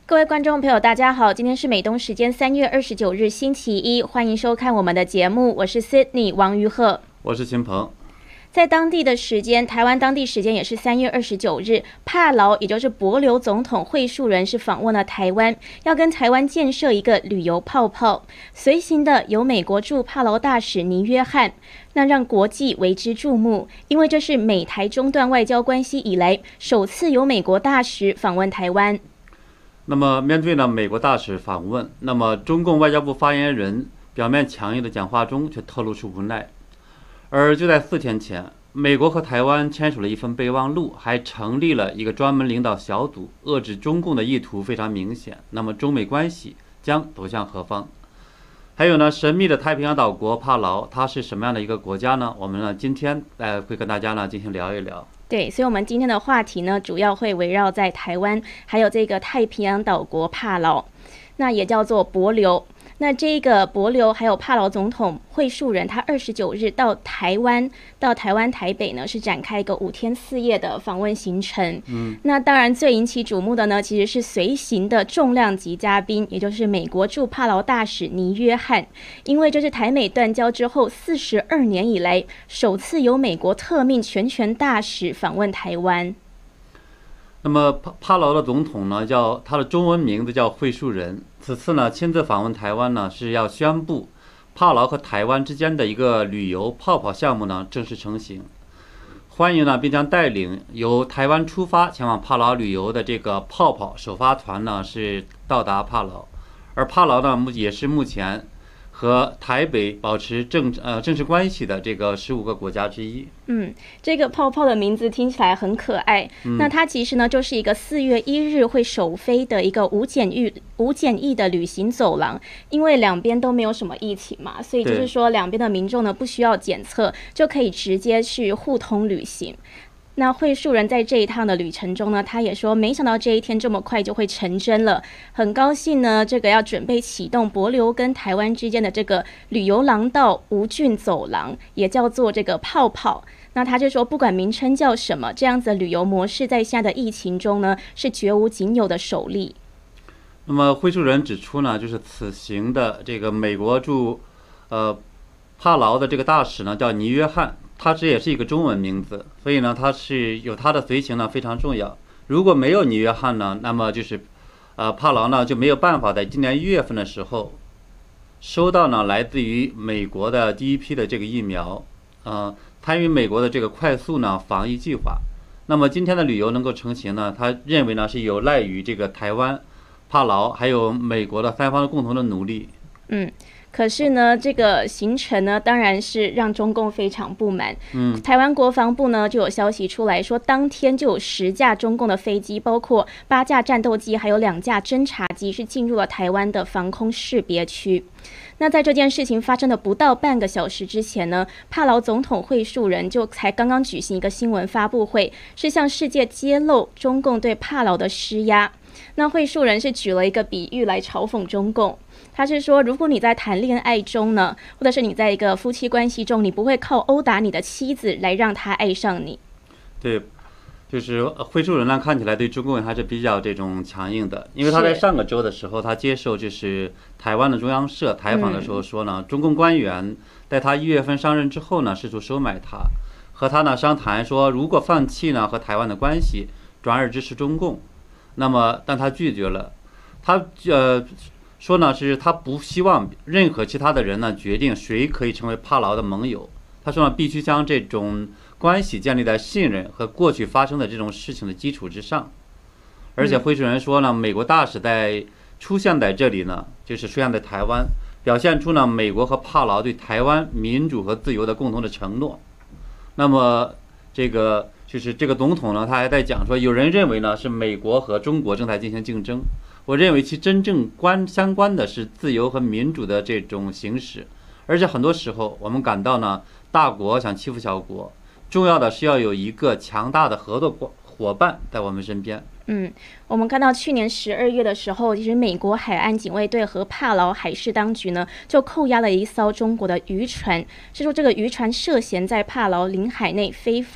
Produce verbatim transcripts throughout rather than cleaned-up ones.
各位观众朋友，大家好，今天是美东时间三月二十九日星期一，欢迎收看我们的节目，我是 Sydney 王于鹤， 我是秦鹏。 在当地的时间，台湾当地时间也是三月二十九日，帕劳也就是帛琉总统会述人是访问了台湾，要跟台湾建设一个旅游泡泡。随行的有美国驻帕劳大使倪约翰，那让国际为之注目，因为这是美台中断外交关系以来首次有美国大使访问台湾。 那么面对呢美国大使访问，那么中共外交部发言人表面强硬的讲话中却透露出无奈。而就在四天前，美国和台湾签署了一份备忘录，还成立了一个专门领导小组，遏制中共的意图非常明显。那么中美关系将走向何方？还有呢，神秘的太平洋岛国帕劳，它是什么样的一个国家呢？我们呢今天呃会跟大家呢进行聊一聊。 对，所以我们今天的话题呢，主要会围绕在台湾，还有这个太平洋岛国帕劳，那也叫做帛琉。那这个帛琉还有帕劳总统会述人，他二十九日到台湾，到台湾台北呢，是展开一个五天四夜的访问行程。嗯，那当然最引起瞩目的呢，其实是随行的重量级嘉宾，也就是美国驻帕劳大使倪约翰，因为这是台美断交之后四十二年以来首次由美国特命全权大使访问台湾。 那么帕帕劳的总统呢，叫他的中文名字叫会述人。此次呢亲自访问台湾呢，是要宣布帕劳和台湾之间的一个旅游泡泡项目呢正式成型。欢迎呢，并将带领由台湾出发前往帕劳旅游的这个泡泡首发团呢是到达帕劳，而帕劳呢也是目前和台北保持正呃正式关系的这个十五个国家之一。 嗯，这个泡泡的名字听起来很可爱。嗯、那它其实呢，就是一个四月一日会首飞的一个无检疫无检疫的旅行走廊。因为两边都没有什么疫情嘛，所以就是说两边的民众呢不需要检测，就可以直接去互通旅行。那会述人在这一趟的旅程中呢，他也说没想到这一天这么快就会成真了，很高兴呢，这个要准备启动帛琉跟台湾之间的这个旅游廊道无菌走廊，也叫做这个泡泡。那他就说不管名称叫什么，这样子的旅游模式在现在的疫情中呢是绝无仅有的首例。 那么会述人指出呢，就是此行的这个美国驻呃帕劳的这个大使呢叫倪约翰，他这也是一个中文名字，所以呢，他是有他的随行呢非常重要。如果没有倪约翰呢，那么就是，呃，帕劳呢就没有办法在今年一月份的时候收到呢来自于美国的第一批的这个疫苗，呃，参与美国的这个快速呢防疫计划。那么今天的旅游能够成行呢，他认为呢是有赖于这个台湾、帕劳还有美国的三方的共同的努力。 嗯。可是呢，这个行程呢，当然是让中共非常不满。嗯，台湾国防部呢就有消息出来说，当天就有十架中共的飞机，包括八架战斗机，还有两架侦察机，是进入了台湾的防空识别区。那在这件事情发生的不到半个小时之前呢，帕劳总统会述人就才刚刚举行一个新闻发布会，是向世界揭露中共对帕劳的施压。那会述人是举了一个比喻来嘲讽中共。他是说，如果你在谈恋爱中呢，或者是你在一个夫妻关系中，你不会靠殴打你的妻子来让她爱上你。 对，就是会述人呢看起来对中共还是比较这种强硬的，因为他在上个周的时候，他接受就是台湾的中央社采访的时候说呢，嗯、中共官员在他一月份上任之后呢，试图收买他，和他呢商谈说，如果放弃呢和台湾的关系，转而支持中共，那么但他拒绝了，他呃。说呢，是他不希望任何其他的人呢决定谁可以成为帕劳的盟友。他说呢，必须将这种关系建立在信任和过去发生的这种事情的基础之上。而且会述人说呢，美国大使在出现在这里呢，就是出现在台湾，表现出呢美国和帕劳对台湾民主和自由的共同的承诺。那么这个就是这个总统呢，他还在讲说，有人认为呢是美国和中国正在进行竞争。我认为其真正关相关的是自由和民主的这种行使，而且很多时候我们感到呢，大国想欺负小国，重要的是要有一个强大的合作伙伴在我们身边。 嗯，我们看到去年十二月的时候，其实美国海岸警卫队和帕劳海事当局呢，就扣押了一艘中国的渔船，是说这个渔船涉嫌在帕劳领海内非法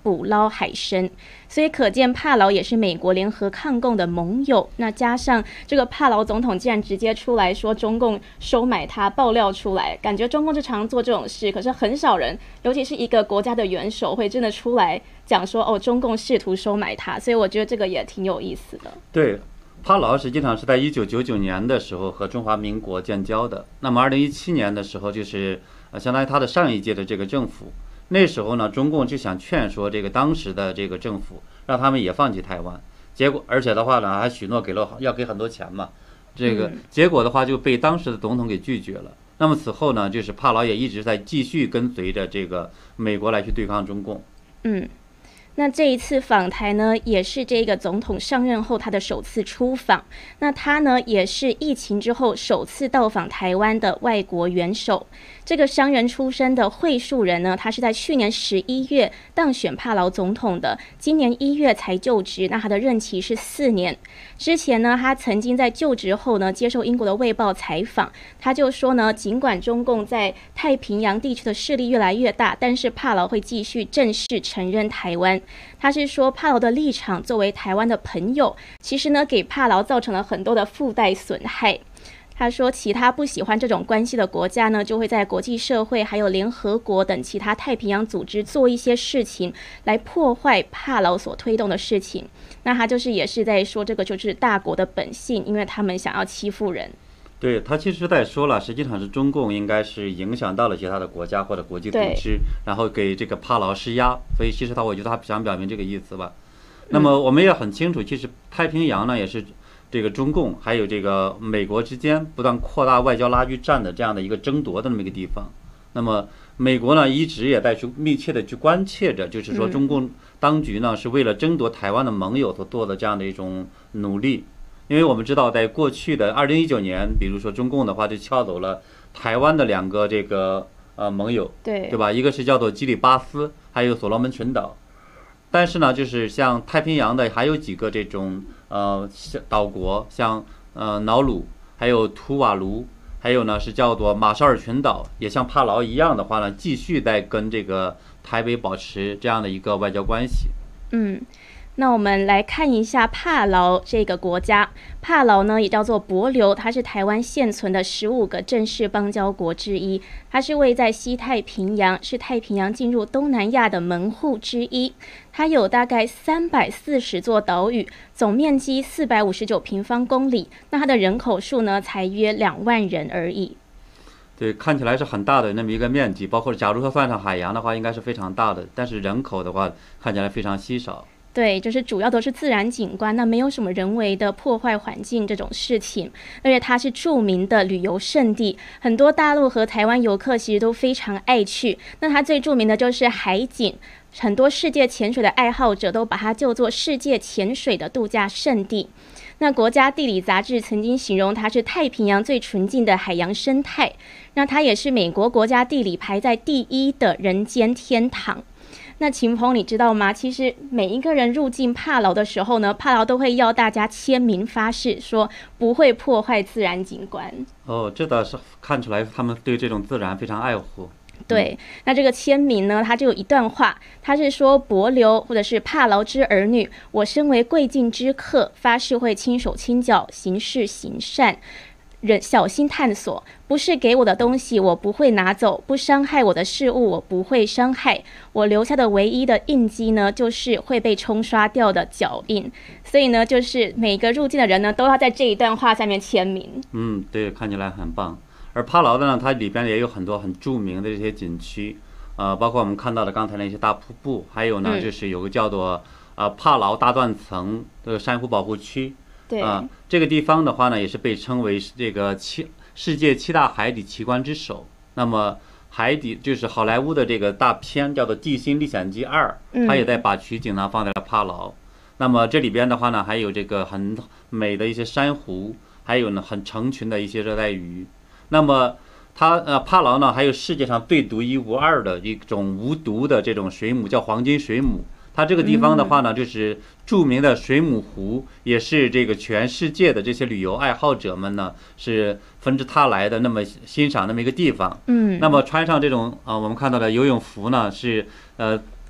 捕捞海参，所以可见帕劳也是美国联合抗共的盟友。那加上这个帕劳总统竟然直接出来说中共收买他，爆料出来，感觉中共就常做这种事，可是很少人，尤其是一个国家的元首会真的出来讲说哦，中共试图收买他，所以我觉得这个也挺有意思的。 对。帕劳实际上是在一九九九年的时候和中华民国建交的。那么二零一七年的时候，就是呃相当于他的上一届的这个政府。那时候呢，中共就想劝说这个当时的这个政府，让他们也放弃台湾。结果，而且的话呢，还许诺给了要给很多钱嘛。这个结果的话就被当时的总统给拒绝了。那么此后呢，就是帕劳也一直在继续跟随着这个美国来去对抗中共。 嗯。那这一次访台呢，也是这个总统上任后他的首次出访。那他呢，也是疫情之后首次到访台湾的外国元首。这个商人出身的惠树人呢，他是在去年十一月当选帕劳总统的，今年一月才就职。那他的任期是四年。之前呢，他曾经在就职后呢，接受英国的《卫报》采访，他就说呢，尽管中共在太平洋地区的势力越来越大，但是帕劳会继续正式承认台湾。他是说帕劳的立场作为台湾的朋友，其实呢给帕劳造成了很多的附带损害。他说其他不喜欢这种关系的国家呢，就会在国际社会还有联合国等其他太平洋组织做一些事情来破坏帕劳所推动的事情。那他就是也是在说这个就是大国的本性，因为他们想要欺负人。 对，他其实在说了，实际上是中共应该是影响到了其他的国家或者国际组织，然后给这个帕劳施压，所以其实他我觉得他想表明这个意思吧。那么我们也很清楚，其实太平洋呢也是这个中共还有这个美国之间不断扩大外交拉锯战的这样的一个争夺的那么一个地方。那么美国呢一直也在去密切的去关切着，就是说中共当局呢是为了争夺台湾的盟友所做的这样的一种努力。因为我们知道，在过去的二零一九年，比如说中共的话就撬走了台湾的两个这个呃盟友， 对对吧？一个是叫做基里巴斯，还有所罗门群岛。但是呢，就是像太平洋的还有几个这种呃岛国，像呃瑙鲁，还有图瓦卢，还有呢是叫做马绍尔群岛，也像帕劳一样的话呢，继续在跟这个台北保持这样的一个外交关系。 嗯。那我们来看一下帕劳这个国家。帕劳呢也叫做帛琉，它是台湾现存的十五个正式邦交国之一。它是位在西太平洋，是太平洋进入东南亚的门户之一。它有大概三百四十座岛屿，总面积四百五十九平方公里。那它的人口数呢才约两万人而已。 对，看起来是很大的那么一个面积，包括假如说算上海洋的话，应该是非常大的。但是人口的话，看起来非常稀少。 对，就是主要都是自然景观，那没有什么人为的破坏环境这种事情。而且它是著名的旅游胜地，很多大陆和台湾游客其实都非常爱去。那它最著名的就是海景，很多世界潜水的爱好者都把它叫做世界潜水的度假胜地。那国家地理杂志曾经形容它是太平洋最纯净的海洋生态，那它也是美国国家地理排在第一的人间天堂。那秦鹏你知道吗？其实每一个人入境帕劳的时候呢，帕劳都会要大家签名发誓，说不会破坏自然景观。 哦，这倒是看出来他们对这种自然非常爱护。 对，那这个签名呢，它就有一段话，它是说帛琉或者是帕劳之儿女，我身为贵境之客，发誓会轻手轻脚，行事行善，人小心探索，不是给我的东西我不会拿走，不伤害我的事物我不会伤害，我留下的唯一的印记呢，就是会被冲刷掉的脚印。所以呢，就是每个入境的人呢，都要在这一段话下面签名。 嗯，对，看起来很棒。而帕劳的呢，它里边也有很多很著名的这些景区，呃，包括我们看到的刚才那些大瀑布，还有呢，就是有个叫做呃帕劳大断层的珊瑚保护区。 对啊、呃，这个地方的话呢，也是被称为这个七世界七大海底奇观之首。那么海底就是好莱坞的这个大片叫做《地心历险记二》，它也在把取景呢放在了帕劳。那么这里边的话呢，还有这个很美的一些珊瑚，还有呢很成群的一些热带鱼。那么它呃帕劳呢，还有世界上最独一无二的一种无毒的这种水母，叫黄金水母。它这个地方的话呢，就是著名的水母湖，也是这个全世界的这些旅游爱好者们呢是纷至沓来的那么欣赏那么一个地方。 嗯， 那么穿上这种呃我们看到的游泳服呢，是呃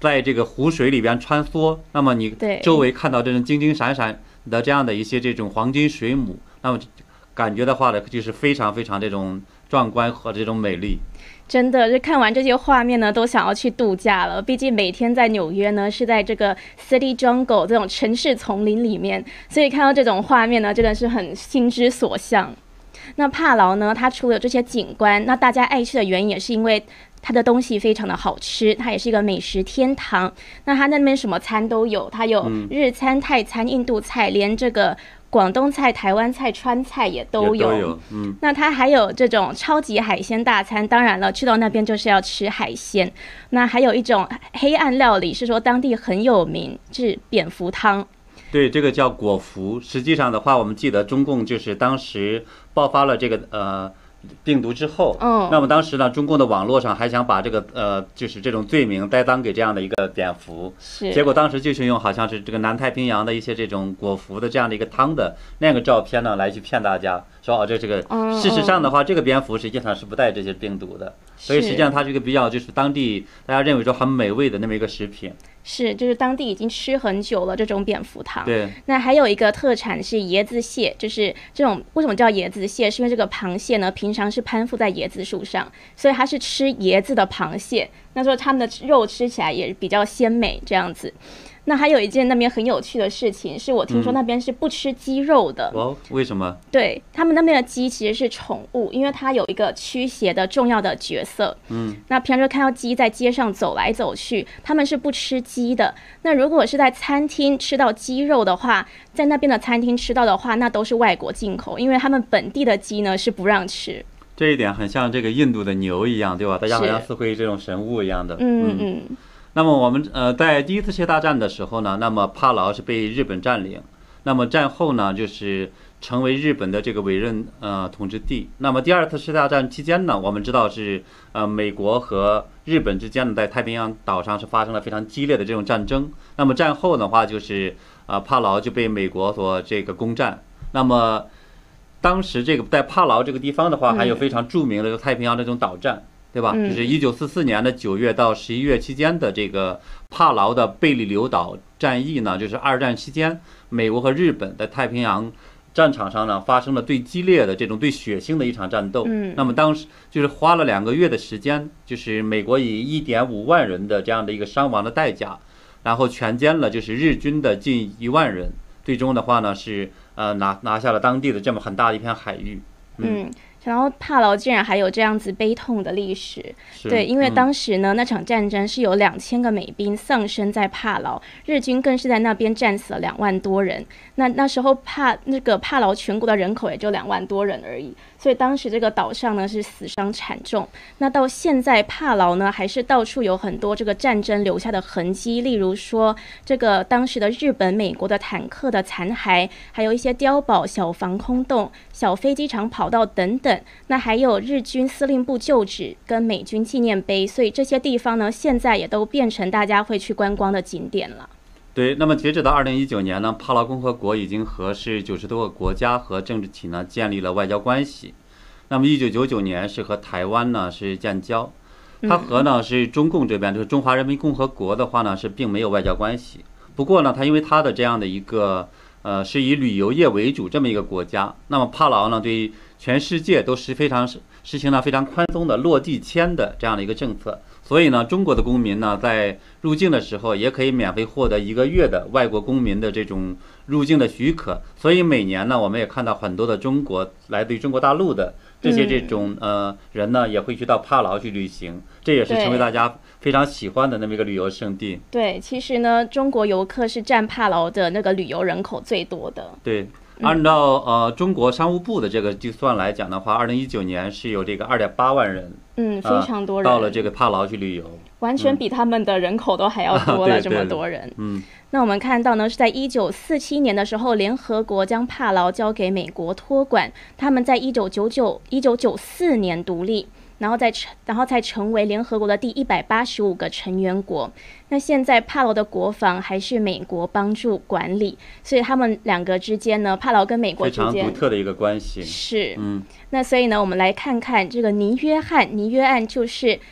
在这个湖水里边穿梭，那么你周围看到这种金金闪闪的这样的一些这种黄金水母，那么感觉的话呢，就是非常非常这种壮观和这种美丽。 真的，就看完这些画面呢，都想要去度假了。毕竟每天在纽约呢，是在这个 City Jungle 这种城市丛林里面，所以看到这种画面呢，真的是很心之所向。那帕劳呢，它除了有这些景观，那大家爱去的原因也是因为它的东西非常的好吃，它也是一个美食天堂。那它那边什么餐都有，它有日餐、泰餐、印度菜，连这个广东菜、台湾菜、川菜也都有。 也都有嗯， 那它还有这种超级海鲜大餐，当然了，去到那边就是要吃海鲜。那还有一种黑暗料理，是说当地很有名，是蝙蝠汤。 对，这个叫果蝠。实际上的话，我们记得中共就是当时爆发了这个呃病毒之后， 嗯， 那么当时呢，中共的网络上还想把这个呃就是这种罪名栽赃给这样的一个蝙蝠， 是， 结果当时就是用好像是这个南太平洋的一些这种果蝠的这样的一个汤的那个照片呢，来去骗大家说哦，这这个、 嗯、 事实上的话，这个蝙蝠实际上是不带这些病毒的，所以实际上它是一个比较就是当地大家认为说很美味的那么一个食品。 是，就是当地已经吃很久了这种蝙蝠汤。 对， 那还有一个特产是椰子蟹，就是这种为什么叫椰子蟹？是因为这个螃蟹呢，平常是攀附在椰子树上，所以它是吃椰子的螃蟹。那时候它们的肉吃起来也比较鲜美，这样子。那还有一件那边很有趣的事情，是我听说那边是不吃鸡肉的。 哦、嗯，为什么？ 对，他们那边的鸡其实是宠物，因为它有一个驱邪的重要的角色。 嗯， 那平常就看到鸡在街上走来走去，他们是不吃鸡的。那如果是在餐厅吃到鸡肉的话，在那边的餐厅吃到的话，那都是外国进口，因为他们本地的鸡呢是不让吃。 这一点很像这个印度的牛一样，对吧？大家好像似会这种神物一样的。 嗯嗯。嗯， 那么我们呃在第一次世界大战的时候呢，那么帕劳是被日本占领，那么战后呢就是成为日本的这个委任呃统治地。那么第二次世界大战期间呢，我们知道是呃美国和日本之间呢在太平洋岛上是发生了非常激烈的这种战争。那么战后的话就是呃帕劳就被美国所这个攻占。那么当时这个在帕劳这个地方的话，还有非常著名的太平洋这种岛战。对吧？就是一九四四年的九月到十一月期间的这个帕劳的贝利留岛战役呢，就是二战期间美国和日本在太平洋战场上呢发生了最激烈的这种最血腥的一场战斗。 嗯， 那么当时就是花了两个月的时间，就是美国以一点五万人的这样的一个伤亡的代价，然后全歼了就是日军的近一万人，最终的话呢是呃拿拿下了当地的这么很大的一片海域。 嗯。嗯，然后帕劳竟然还有这样子悲痛的历史，对，因为当时呢、嗯、那场战争是有两千个美兵丧生在帕劳，日军更是在那边战死了两万多人。那那时候帕那个帕劳全国的人口也就两万多人而已，所以当时这个岛上呢是死伤惨重。那到现在帕劳呢还是到处有很多这个战争留下的痕迹，例如说这个当时的日本、美国的坦克的残骸，还有一些碉堡、小防空洞、小飞机场跑道等等。那还有日军司令部旧址跟美军纪念碑，所以这些地方呢，现在也都变成大家会去观光的景点了。 对，那么截止到二零一九年呢，帕劳共和国已经和是九十多个国家和政治体呢建立了外交关系。那么一九九九年是和台湾呢是建交，它和呢是中共这边就是中华人民共和国的话呢是并没有外交关系。不过呢，它因为它的这样的一个呃是以旅游业为主这么一个国家，那么帕劳呢对全世界都是非常实行了非常宽松的落地签的这样的一个政策，所以呢，中国的公民呢在入境的时候也可以免费获得一个月的外国公民的这种入境的许可。所以每年呢，我们也看到很多的中国来自于中国大陆的这些这种呃人呢，也会去到帕劳去旅行，这也是成为大家非常喜欢的那么一个旅游胜地。 对，其实呢，中国游客是占帕劳的那个旅游人口最多的。 对。按照呃中国商务部的这个计算来讲的话，二零一九年是有这个二点八万人， 嗯，非常多人、 呃、到了这个帕劳去旅游， 完全比他们的人口都还要多了、嗯、这么多人。 嗯， 那我们看到呢，是在一九四七年的时候，联合国将帕劳交给美国托管，他们在一九九九、一九九四年独立。然后再然后再成为联合国的第一百八十五个成员国。那现在帕劳的国防还是美国帮助管理，所以他们两个之间呢，帕劳跟美国之间非常独特的一个关系。 是， 嗯， 那所以呢，我们来看看这个尼约翰尼约案，就是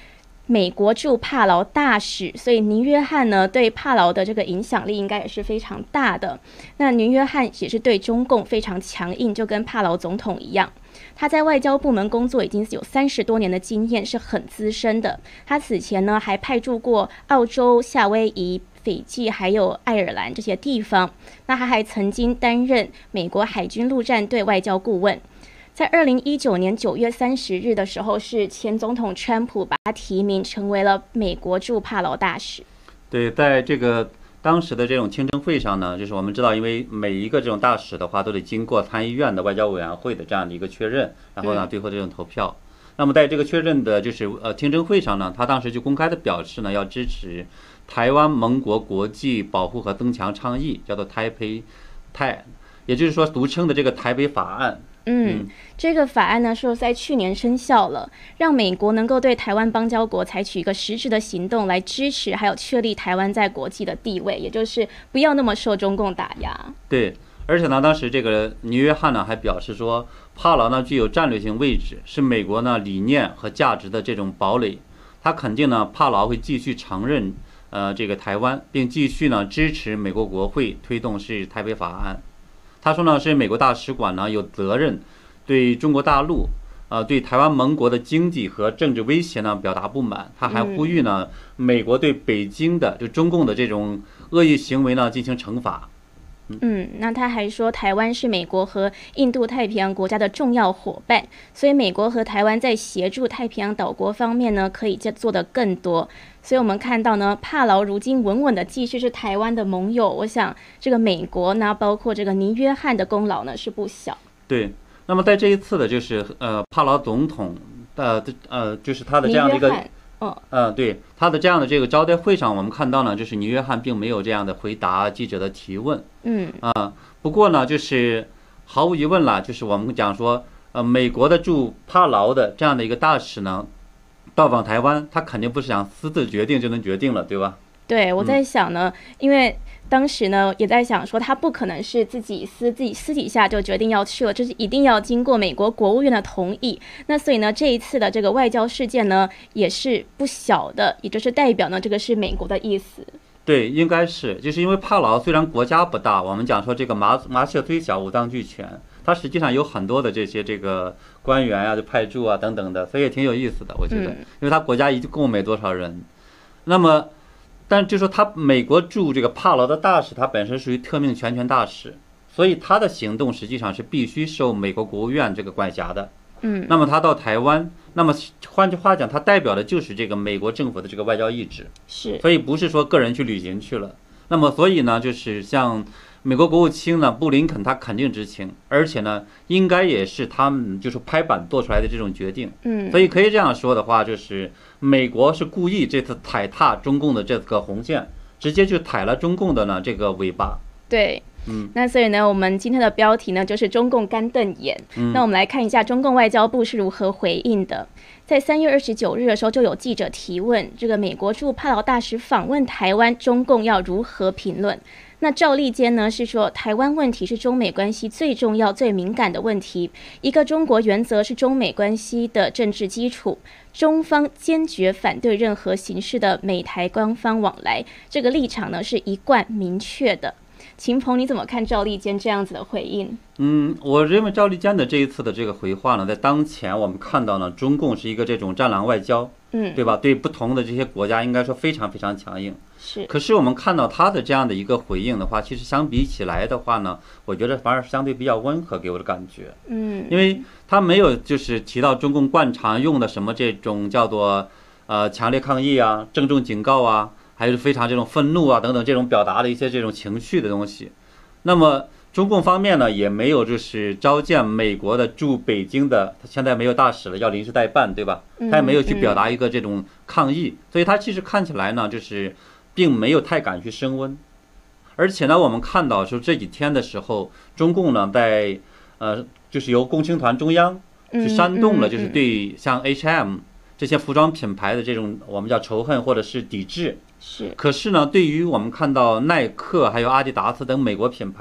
美国驻帕劳大使，所以倪约翰呢对帕劳的这个影响力应该也是非常大的。那倪约翰也是对中共非常强硬，就跟帕劳总统一样。他在外交部门工作已经有三十多年的经验，是很资深的。他此前呢还派驻过澳洲、夏威夷、斐济还有爱尔兰这些地方。那他还曾经担任美国海军陆战队外交顾问。在二零一九年九月三十日的时候，是前总统川普把他提名成为了美国驻帕劳大使。 对，在这个当时的这种听证会上呢，就是我们知道，因为每一个这种大使的话，都得经过参议院的外交委员会的这样的一个确认，然后呢，最后这种投票。嗯、那么在这个确认的就是呃听证会上呢，他当时就公开的表示呢，要支持台湾盟国国际保护和增强倡议，叫做台北泰，也就是说俗称的这个台北法案。 嗯，这个法案呢是在去年生效了，让美国能够对台湾邦交国采取一个实质的行动来支持还有确立台湾在国际的地位，也就是不要那么受中共打压。 对，而且呢，当时这个倪约翰呢还表示说，帕劳呢具有战略性位置，是美国呢理念和价值的这种堡垒。他肯定呢帕劳会继续承认呃这个台湾，并继续呢支持美国国会推动是台北法案。他说呢，是美国大使馆呢有责任对中国大陆，呃，对台湾盟国的经济和政治威胁呢表达不满。他还呼吁呢，美国对北京的就中共的这种恶意行为呢进行惩罚。 嗯，那他还说，台湾是美国和印度太平洋国家的重要伙伴，所以美国和台湾在协助太平洋岛国方面呢，可以做得更多。所以我们看到呢，帕劳如今稳稳的继续是台湾的盟友，我想这个美国呢，包括这个倪约翰的功劳呢是不小。 对，那么在这一次的就是呃帕劳总统的呃就是他的这样的一个。 嗯、 呃，对他的这样的这个招待会上，我们看到呢，就是倪约翰并没有这样的回答记者的提问。 嗯啊、呃，不过呢，就是毫无疑问啦，就是我们讲说，呃，美国的驻帕劳的这样的一个大使呢，到访台湾，他肯定不是想私自决定就能决定了，对吧？ 对，我在想呢，嗯、因为当时呢也在想说，他不可能是自己私自己私底下就决定要去了，这是一定要经过美国国务院的同意。那所以呢，这一次的这个外交事件呢，也是不小的，也就是代表呢，这个是美国的意思。 对，应该是，就是因为帕劳虽然国家不大，我们讲说这个麻麻雀虽小，五脏俱全，它实际上有很多的这些这个官员啊，就派驻啊等等的，所以也挺有意思的，我觉得， 嗯、 因为他国家一共没多少人，那么。但就说他美国驻这个帕劳的大使，他本身属于特命全权大使，所以他的行动实际上是必须受美国国务院这个管辖的。 嗯， 那么他到台湾，那么换句话讲，他代表的就是这个美国政府的这个外交意志， 是， 所以不是说个人去旅行去了。那么所以呢，就是像美国国务卿呢，布林肯他肯定知情，而且呢，应该也是他们就是拍板做出来的这种决定。 嗯， 所以可以这样说的话，就是美国是故意这次踩踏中共的这个红线，直接就踩了中共的呢这个尾巴。 对。 嗯， 那所以呢，我们今天的标题呢就是中共干瞪眼。嗯，那我们来看一下中共外交部是如何回应的。在三月二十九日的时候，就有记者提问，这个美国驻帕劳大使访问台湾，中共要如何评论？那赵立坚呢是说，台湾问题是中美关系最重要、最敏感的问题，一个中国原则是中美关系的政治基础，中方坚决反对任何形式的美台官方往来，这个立场呢是一贯明确的。秦鹏，你怎么看赵立坚这样子的回应？ 嗯，我认为赵立坚的这一次的这个回话呢，在当前我们看到呢，中共是一个这种战狼外交， 嗯， 对吧？对不同的这些国家，应该说非常非常强硬。 是。 可是我们看到他的这样的一个回应的话，其实相比起来的话呢，我觉得反而相对比较温和，给我的感觉。 嗯， 因为他没有就是提到中共惯常用的什么这种叫做呃强烈抗议啊、郑重警告啊。还有非常这种愤怒啊等等这种表达的一些这种情绪的东西，那么中共方面呢也没有就是召见美国的驻北京的，他现在没有大使了，要临时代办，对吧？他也没有去表达一个这种抗议，所以他其实看起来呢就是并没有太敢去升温，而且呢我们看到说这几天的时候，中共呢在呃就是由共青团中央去煽动了，就是对像 H and M 这些服装品牌的这种我们叫仇恨或者是抵制。 是， 可是呢，对于我们看到耐克还有阿迪达斯等美国品牌，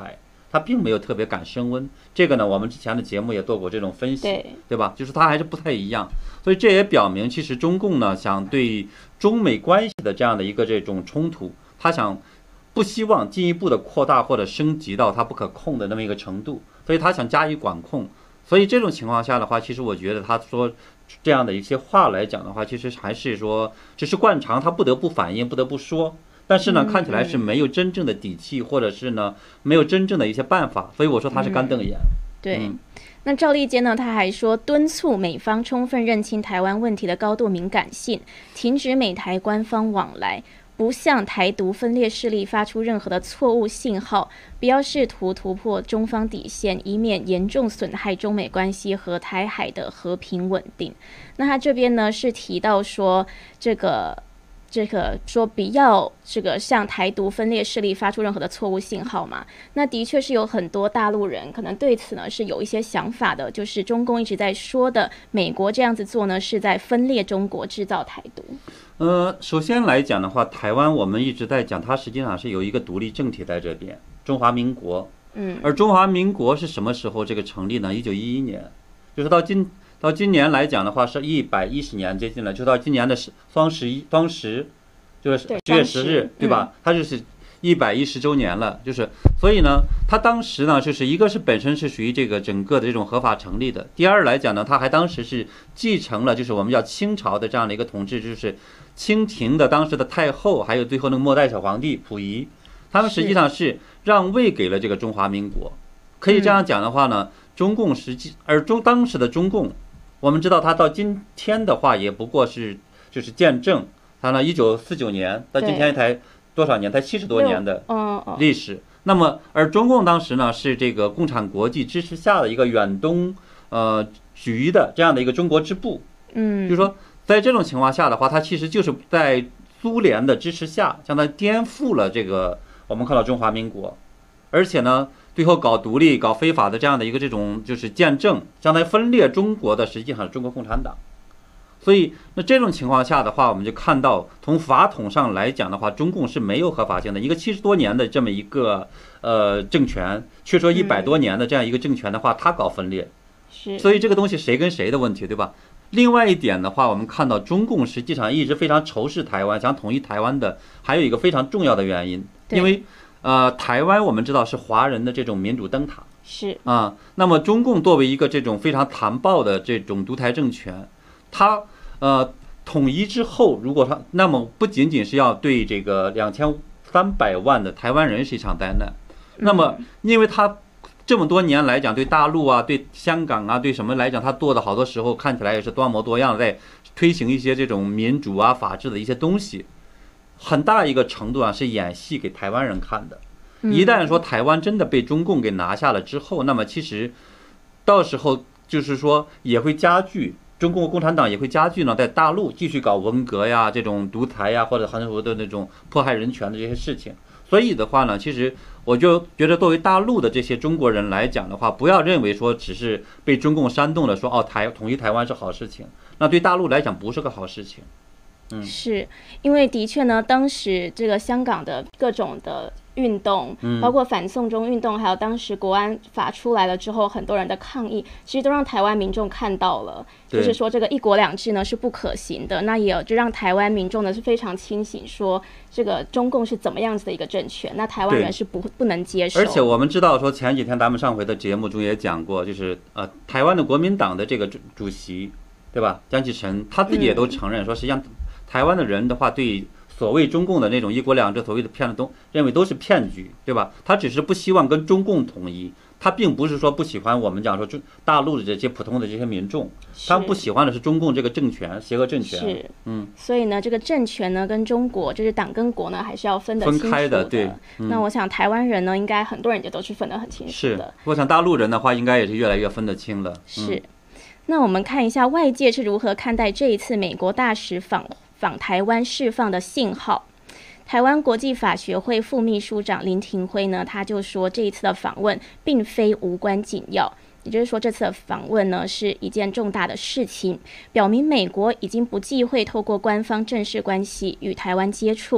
他并没有特别敢升温。这个呢，我们之前的节目也做过这种分析， 对, 对吧？就是他还是不太一样，所以这也表明，其实中共呢想对中美关系的这样的一个这种冲突，他想不希望进一步的扩大或者升级到他不可控的那么一个程度，所以他想加以管控。所以这种情况下的话，其实我觉得他说这样的一些话来讲的话，其实还是说只是惯常，他不得不反应，不得不说。但是呢，看起来是没有真正的底气，或者是呢没有真正的一些办法，所以我说他是干瞪眼。 嗯、对。嗯，那赵立坚呢，他还说敦促美方充分认清台湾问题的高度敏感性，停止美台官方往来，不向台独分裂势力发出任何的错误信号，不要试图突破中方底线，以免严重损害中美关系和台海的和平稳定。那他这边呢是提到说这个。这个说不要这个向台独分裂势力发出任何的错误信号嘛？那的确是有很多大陆人可能对此呢是有一些想法的，就是中共一直在说的，美国这样子做呢是在分裂中国，制造台独。 呃，首先来讲的话，台湾我们一直在讲，它实际上是有一个独立政体在这边，中华民国。 嗯， 而中华民国是什么时候这个成立呢？一九一一年，就是到今。到今年来讲的话，是一百一十年接近了，就到今年的双十一、双十，就是十月十日，对吧？它就是一百一十周年了，就是所以呢，它当时呢，就是一个是本身是属于这个整个的这种合法成立的，第二来讲呢，它还当时是继承了就是我们叫清朝的这样的一个统治，就是清廷的当时的太后，还有最后那个末代小皇帝溥仪，他们实际上是让位给了这个中华民国。可以这样讲的话呢，中共实际而中当时的中共。我们知道，他到今天的话，也不过是就是见证他呢，一九四九年到今天才多少年？才七十多年的历史。那么，而中共当时呢，是这个共产国际支持下的一个远东呃局的这样的一个中国支部。 嗯， 就是说，在这种情况下的话，它其实就是在苏联的支持下，相当于颠覆了这个我们看到中华民国，而且呢。最后搞独立、搞非法的这样的一个这种就是见证，相当于分裂中国的，实际上是中国共产党。所以，那这种情况下的话，我们就看到，从法统上来讲的话，中共是没有合法性的。一个七十多年的这么一个呃政权，却说一百多年的这样一个政权的话，它搞分裂， 是。 所以这个东西谁跟谁的问题，对吧？另外一点的话，我们看到中共实际上一直非常仇视台湾，想统一台湾的，还有一个非常重要的原因，因为。呃，台湾我们知道是华人的这种民主灯塔， 是啊。那么中共作为一个这种非常残暴的这种独裁政权，它呃统一之后，如果它那么不仅仅是要对这个两千三百万的台湾人是一场灾难，那么因为它这么多年来讲，对大陆啊、对香港啊、对什么来讲，它做的好多时候看起来也是多模多样，在推行一些这种民主啊、法治的一些东西。很大一个程度啊是演戏给台湾人看的。一旦说台湾真的被中共给拿下了之后，那么其实到时候就是说也会加剧中共共产党也会加剧呢在大陆继续搞文革呀、这种独裁呀，或者很多的那种迫害人权的这些事情。所以的话呢，其实我就觉得作为大陆的这些中国人来讲的话，不要认为说只是被中共煽动了说哦台统一台湾是好事情，那对大陆来讲不是个好事情。嗯， 是因为的确呢，当时这个香港的各种的运动，包括反送中运动，还有当时国安法出来了之后，很多人的抗议，其实都让台湾民众看到了，就是说这个一国两制呢是不可行的。那也有就让台湾民众呢是非常清醒，说这个中共是怎么样子的一个政权，那台湾人是不不能接受。 而且我们知道说，前几天咱们上回的节目中也讲过，就是呃，台湾的国民党的这个主主席，对吧？江启臣他自己也都承认说，实际上台湾的人的话对。所谓中共的那种一国两制，所谓的骗的东，认为都是骗局，对吧？他只是不希望跟中共统一，他并不是说不喜欢我们讲说中大陆的这些普通的这些民众，他不喜欢的是中共这个政权，邪恶政权。 是， 嗯。 所以呢，这个政权呢跟中国，就是党跟国呢，还是要分得清楚的。 分开的，对。 嗯、那我想台湾人呢，应该很多人也都是分得很清楚的。 是，我想大陆人的话，应该也是越来越分得清了。 是。嗯、那我们看一下外界是如何看待这一次美国大使访访台湾释放的信号。台湾国际法学会副秘书长林廷辉呢，他就说这一次的访问并非无关紧要，也就是说这次的访问呢是一件重大的事情，表明美国已经不忌讳透过官方正式关系与台湾接触。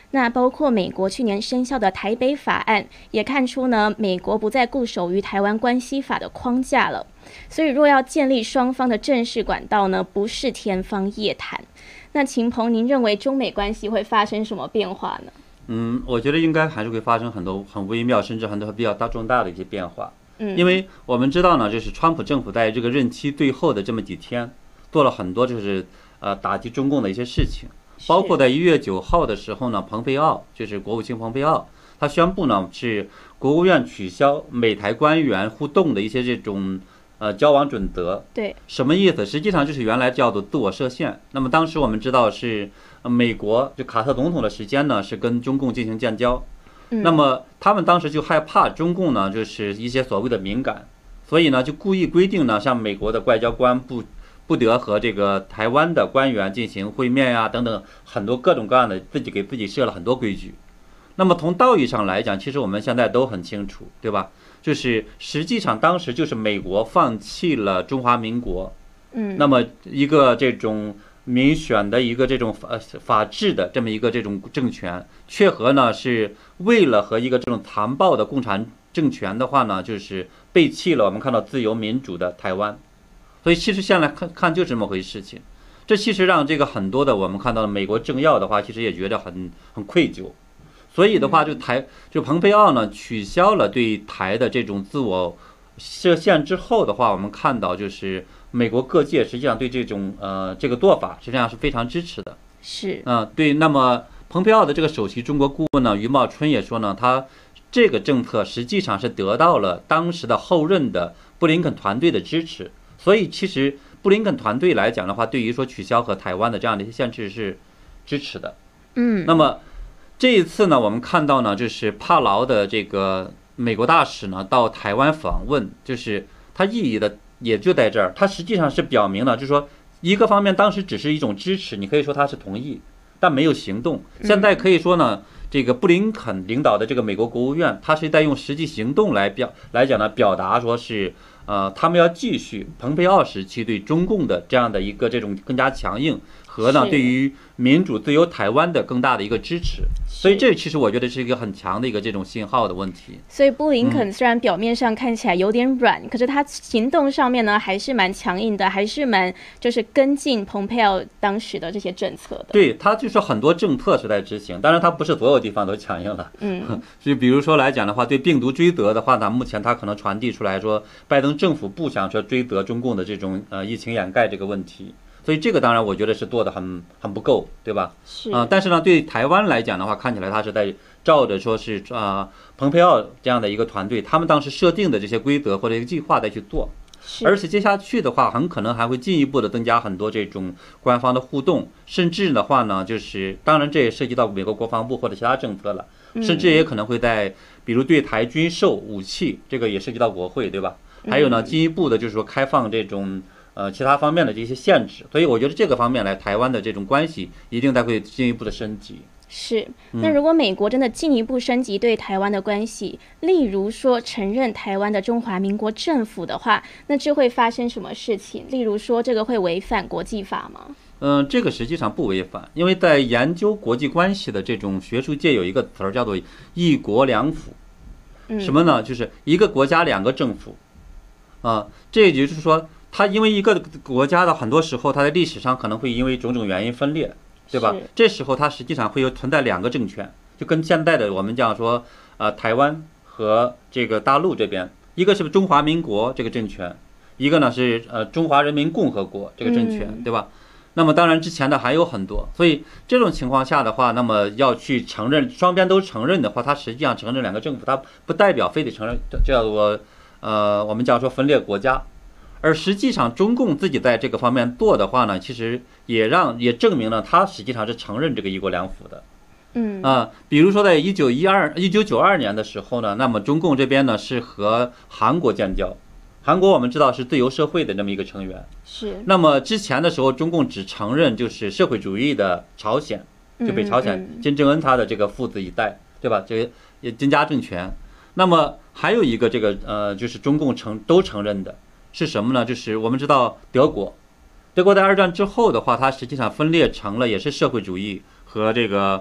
那包括美国去年生效的台北法案，也看出呢，美国不再固守于台湾关系法的框架了。所以若要建立双方的正式管道呢，不是天方夜谭。那秦鹏，您认为中美关系会发生什么变化呢？ 嗯，我觉得应该还是会发生很多很微妙，甚至很多比较大重大的一些变化。嗯，因为我们知道呢，就是川普政府在这个任期最后的这么几天，做了很多就是呃打击中共的一些事情，包括在一月九号的时候呢，蓬佩奥就是国务卿蓬佩奥，他宣布呢是国务院取消美台官员互动的一些这种呃交往准则。对，什么意思？实际上就是原来叫做自我设限。那么当时我们知道是。美国就卡特总统的时间呢，是跟中共进行建交，嗯、那么他们当时就害怕中共呢，就是一些所谓的敏感，所以呢就故意规定呢，像美国的外交官不不得和这个台湾的官员进行会面呀、啊、等等，很多各种各样的，自己给自己设了很多规矩。那么从道义上来讲，其实我们现在都很清楚，对吧？就是实际上当时就是美国放弃了中华民国，嗯，那么一个这种。民选的一个这种法法治的这么一个这种政权，却和呢是为了和一个这种残暴的共产政权的话呢，就是背弃了我们看到自由民主的台湾。所以其实现在看看就这么回事情，这其实让这个很多的我们看到的美国政要的话，其实也觉得很很愧疚。所以的话，就台就蓬佩奥呢取消了对台的这种自我设限之后的话，我们看到就是美国各界实际上对这种呃这个做法实际上是非常支持的。是，嗯、呃，对。那么蓬佩奥的这个首席中国顾问呢，余茂春也说呢，他这个政策实际上是得到了当时的后任的布林肯团队的支持。所以其实布林肯团队来讲的话，对于说取消和台湾的这样的一些限制是支持的。嗯，那么这一次呢，我们看到呢，就是帕劳的这个美国大使呢到台湾访问，就是他意义的也就在这儿，他实际上是表明了，就是说一个方面当时只是一种支持，你可以说他是同意，但没有行动。现在可以说呢，这个布林肯领导的这个美国国务院，他是在用实际行动来表来讲呢，表达说是呃，他们要继续蓬佩奥时期对中共的这样的一个这种更加强硬和呢对于民主自由台湾的更大的一个支持。所以这其实我觉得是一个很强的一个这种信号的问题。 所以布林肯虽然表面上看起来有点软，嗯、可是他行动上面呢还是蛮强硬的，还是蛮就是跟进蓬佩奥当时的这些政策的。 对，他就是很多政策是在执行，当然他不是所有地方都强硬了。嗯，就比如说来讲的话，对病毒追责的话呢，目前他可能传递出来说，拜登政府不想说追责中共的这种呃疫情掩盖这个问题。所以这个当然我觉得是做的很很不够，对吧？是啊、呃，但是呢，对台湾来讲的话，看起来他是在照着说是啊、呃，蓬佩奥这样的一个团队，他们当时设定的这些规则或者一个计划再去做，而且接下去的话，很可能还会进一步的增加很多这种官方的互动，甚至的话呢，就是当然这也涉及到美国国防部或者其他政策了，甚至也可能会在比如对台军售武器，这个也涉及到国会，对吧？还有呢，进一步的就是说开放这种。呃，其他方面的这些限制，所以我觉得这个方面来，台湾的这种关系一定在会进一步的升级。 是，那如果美国真的进一步升级对台湾的关系，嗯、例如说承认台湾的中华民国政府的话，那这会发生什么事情？例如说这个会违反国际法吗？ 嗯、呃，这个实际上不违反，因为在研究国际关系的这种学术界有一个词儿叫做“一国两府”，嗯、什么呢？就是一个国家两个政府，啊、呃，这也就是说。它因为一个国家的很多时候，它在历史上可能会因为种种原因分裂，对吧？这时候它实际上会有存在两个政权，就跟现在的我们讲说，呃，台湾和这个大陆这边，一个是中华民国这个政权，一个呢是呃中华人民共和国这个政权，嗯、对吧？那么当然之前的还有很多，所以这种情况下的话，那么要去承认双边都承认的话，它实际上承认两个政府，它不代表非得承认这叫做呃我们讲说分裂国家。而实际上，中共自己在这个方面做的话呢，其实也让也证明了他实际上是承认这个一国两府的。嗯啊，比如说在一九一二一九九二年的时候呢，那么中共这边呢是和韩国建交，韩国我们知道是自由社会的这么一个成员。是。那么之前的时候，中共只承认就是社会主义的朝鲜，就北朝鲜金正恩他的这个父子一代，对吧？这个金家政权。那么还有一个这个呃，就是中共承都承认的。是什么呢？就是我们知道德国，德国在二战之后的话，它实际上分裂成了也是社会主义和这个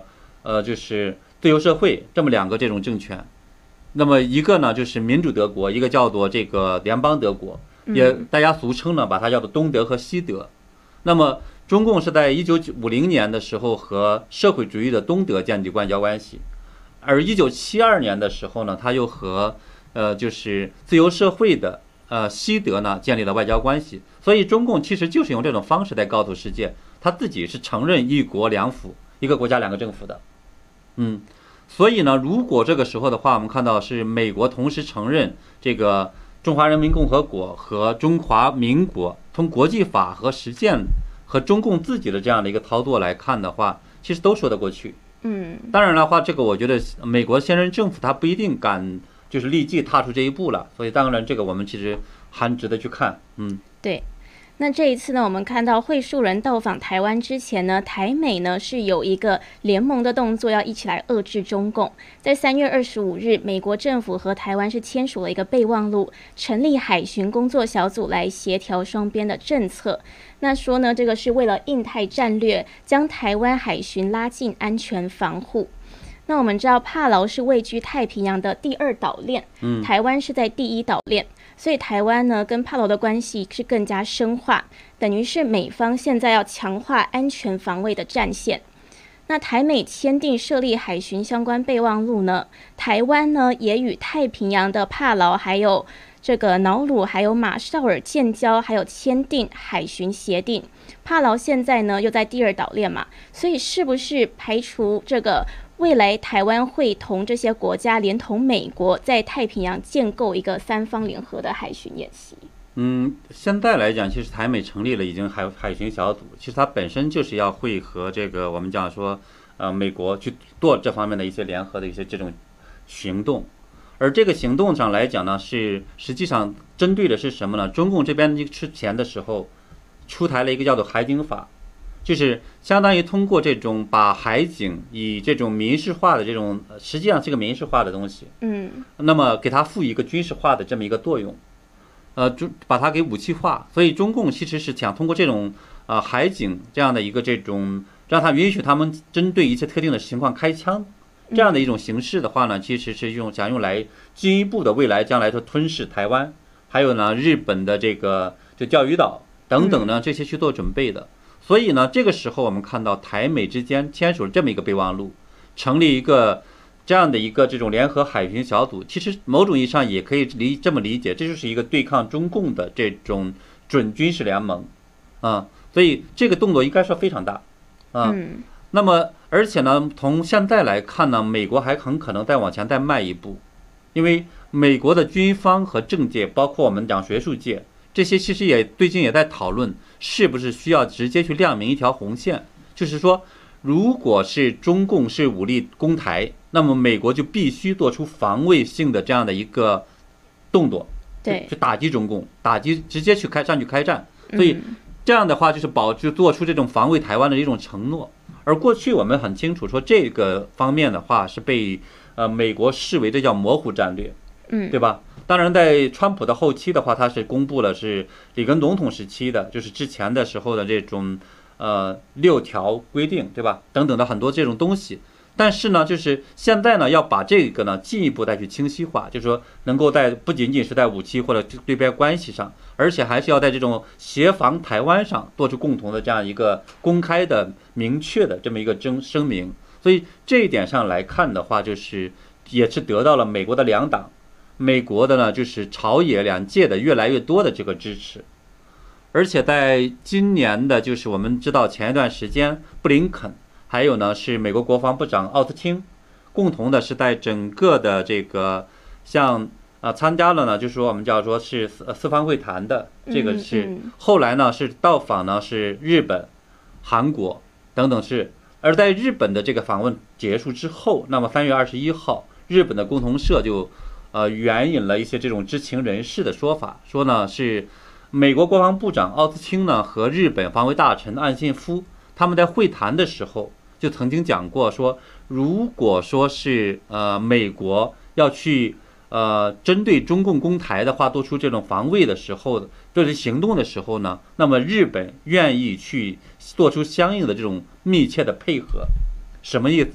呃就是自由社会这么两个这种政权。那么一个呢就是民主德国，一个叫做这个联邦德国，也大家俗称呢把它叫做东德和西德。那么中共是在一九五零年的时候和社会主义的东德建立外交关系，而一九七二年的时候呢，他又和呃就是自由社会的呃西德呢建立了外交关系。所以中共其实就是用这种方式在告诉世界，他自己是承认一国两府，一个国家两个政府的。嗯。所以呢，如果这个时候的话，我们看到是美国同时承认这个中华人民共和国和中华民国，从国际法和实践和中共自己的这样的一个操作来看的话，其实都说得过去。 嗯， 当然的话，这个我觉得美国现任政府他不一定敢就是立即踏出这一步了，所以当然这个我们其实还值得去看。嗯， 对。那这一次呢，我们看到惠恕仁到访台湾之前呢，台美呢是有一个联盟的动作，要一起来遏制中共。在三月二十五日，美国政府和台湾是签署了一个备忘录，成立海巡工作小组来协调双边的政策。那说呢，这个是为了印太战略，将台湾海巡拉近安全防护。那我们知道，帕劳是位居太平洋的第二岛链，嗯，台湾是在第一岛链。所以台湾呢跟帕劳的关系是更加深化，等于是美方现在要强化安全防卫的战线。那台美签订设立海巡相关备忘录呢，台湾呢也与太平洋的帕劳还有这个瑙鲁还有马绍尔建交，还有签订海巡协定。帕劳现在呢又在第二岛链嘛，所以是不是排除这个未来台湾会同这些国家连同美国在太平洋建构一个三方联合的海巡演习？ 嗯，现在来讲，其实台美成立了已经海海巡小组，其实它本身就是要会和这个我们讲说，呃，美国去做这方面的一些联合的一些这种行动。而这个行动上来讲呢，是实际上针对的是什么呢？中共这边之前的时候出台了一个叫做海警法。就是相当于通过这种把海警以这种民事化的这种，实际上是个民事化的东西， 嗯， 那么给它赋予一个军事化的这么一个作用，呃，就把它给武器化。所以中共其实是想通过这种呃海警这样的一个这种，让它允许他们针对一些特定的情况开枪，这样的一种形式的话呢，其实是用想用来进一步的未来将来说吞噬台湾，还有呢日本的这个就钓鱼岛等等呢这些去做准备的。所以呢，这个时候我们看到台美之间签署了这么一个备忘录，成立一个这样的一个这种联合海巡小组，其实某种意义上也可以理这么理解，这就是一个对抗中共的这种准军事联盟啊。所以这个动作应该说非常大啊。 嗯、 那么而且呢，从现在来看呢，美国还很可能再往前再迈一步，因为美国的军方和政界，包括我们讲学术界，这些其实也最近也在讨论，是不是需要直接去亮明一条红线，就是说，如果是中共是武力攻台，那么美国就必须做出防卫性的这样的一个动作， 对， 去打击中共，打击直接去开上去开战。所以这样的话就是保就做出这种防卫台湾的一种承诺。而过去我们很清楚说，这个方面的话是被呃美国视为这叫模糊战略， 嗯， 对吧？当然，在川普的后期的话，他是公布了是里根总统时期的，就是之前的时候的这种呃六条规定，对吧？等等的很多这种东西。但是呢，就是现在呢，要把这个呢进一步再去清晰化，就是说能够在不仅仅是在武器或者对边关系上，而且还是要在这种协防台湾上做出共同的这样一个公开的、明确的这么一个声声明。所以这一点上来看的话，就是也是得到了美国的两党。美国的呢，就是朝野两届的越来越多的这个支持，而且在今年的，就是我们知道前一段时间，布林肯还有呢是美国国防部长奥斯汀，共同的是在整个的这个像啊、呃、参加了呢，就是说我们叫做是四四方会谈的，这个是后来呢是到访呢是日本、韩国等等是，而在日本的这个访问结束之后，那么三月二十一号，日本的共同社就。呃，援引了一些这种知情人士的说法，说呢是美国国防部长奥斯汀呢和日本防卫大臣岸信夫他们在会谈的时候就曾经讲过说，如果说是呃美国要去呃针对中共攻台的话，做出这种防卫的时候，做出行动的时候呢，那么日本愿意去做出相应的这种密切的配合。什么意思？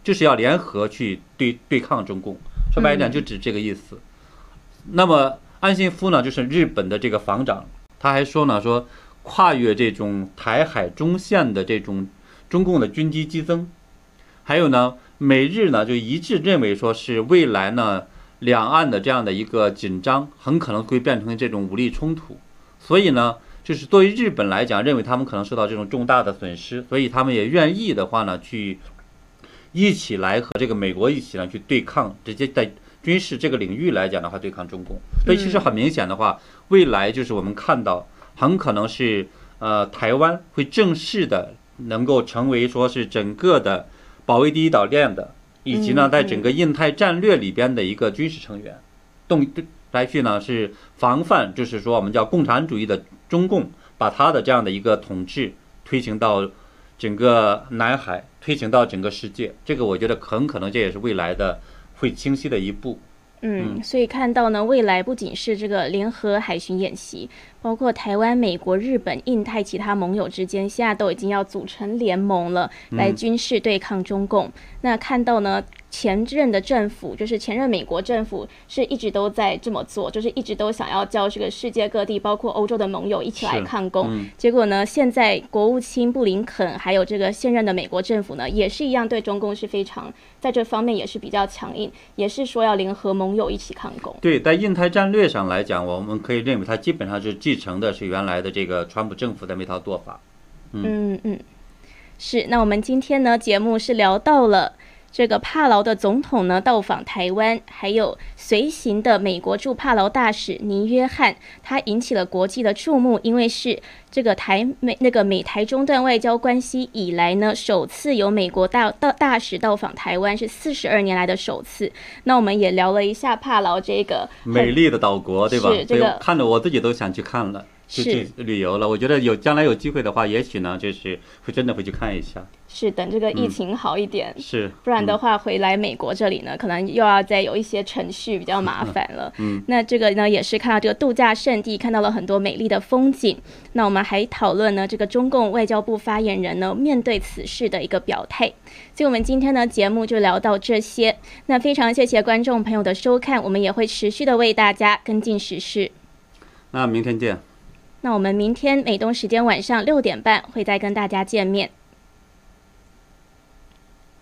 就是要联合去对对抗中共。说白一点，就指这个意思。那么岸信夫呢，就是日本的这个防长，他还说呢，说跨越这种台海中线的这种中共的军机激增，还有呢，美日呢就一致认为说是未来呢两岸的这样的一个紧张很可能会变成这种武力冲突，所以呢，就是对于日本来讲，认为他们可能受到这种重大的损失，所以他们也愿意的话呢，去一起来和这个美国一起呢去对抗，直接在军事这个领域来讲的话对抗中共。所以其实很明显的话，未来就是我们看到很可能是呃台湾会正式的能够成为说是整个的保卫第一岛链的，以及呢在整个印太战略里边的一个军事成员，动来去呢是防范，就是说我们叫共产主义的中共把他的这样的一个统治推行到整个南海，推行到整个世界。这个我觉得很可能这也是未来的会清晰的一步。 嗯，所以看到呢，未来不仅是这个联合海巡演习，包括台湾、美国、日本、印太其他盟友之间，现在都已经要组成联盟了，来军事对抗中共。嗯、那看到呢，前任的政府，就是前任美国政府，是一直都在这么做，就是一直都想要叫这个世界各地，包括欧洲的盟友一起来抗共。嗯、结果呢，现在国务卿布林肯还有这个现任的美国政府呢，也是一样对中共是非常在这方面也是比较强硬，也是说要联合盟友一起抗共。 对，在印太战略上来讲，我们可以认为它基本上是继承的是原来的这个川普政府的那套做法。 嗯嗯嗯，是。那我们今天呢，节目是聊到了这个帕劳的总统呢到访台湾，还有随行的美国驻帕劳大使尼约翰，他引起了国际的注目，因为是这个台美那个美台中断外交关系以来呢，首次由美国大大大使到访台湾，是四十二年来的首次。那我们也聊了一下帕劳这个美丽的岛国，对吧？ 是这个看着我自己都想去看了。去旅游了，我觉得有将来有机会的话，也许呢，就是会真的会去看一下。 是等这个疫情好一点， 嗯、是， 不然的话回来美国这里呢，可能又要再有一些程序比较麻烦了。嗯，那这个呢，也是看到这个度假胜地，看到了很多美丽的风景。那我们还讨论呢，这个中共外交部发言人呢，面对此事的一个表态。所以我们今天的节目就聊到这些。那非常谢谢观众朋友的收看，我们也会持续的为大家跟进时事。 那明天见。 那我们明天美东时间晚上六点半会再跟大家见面。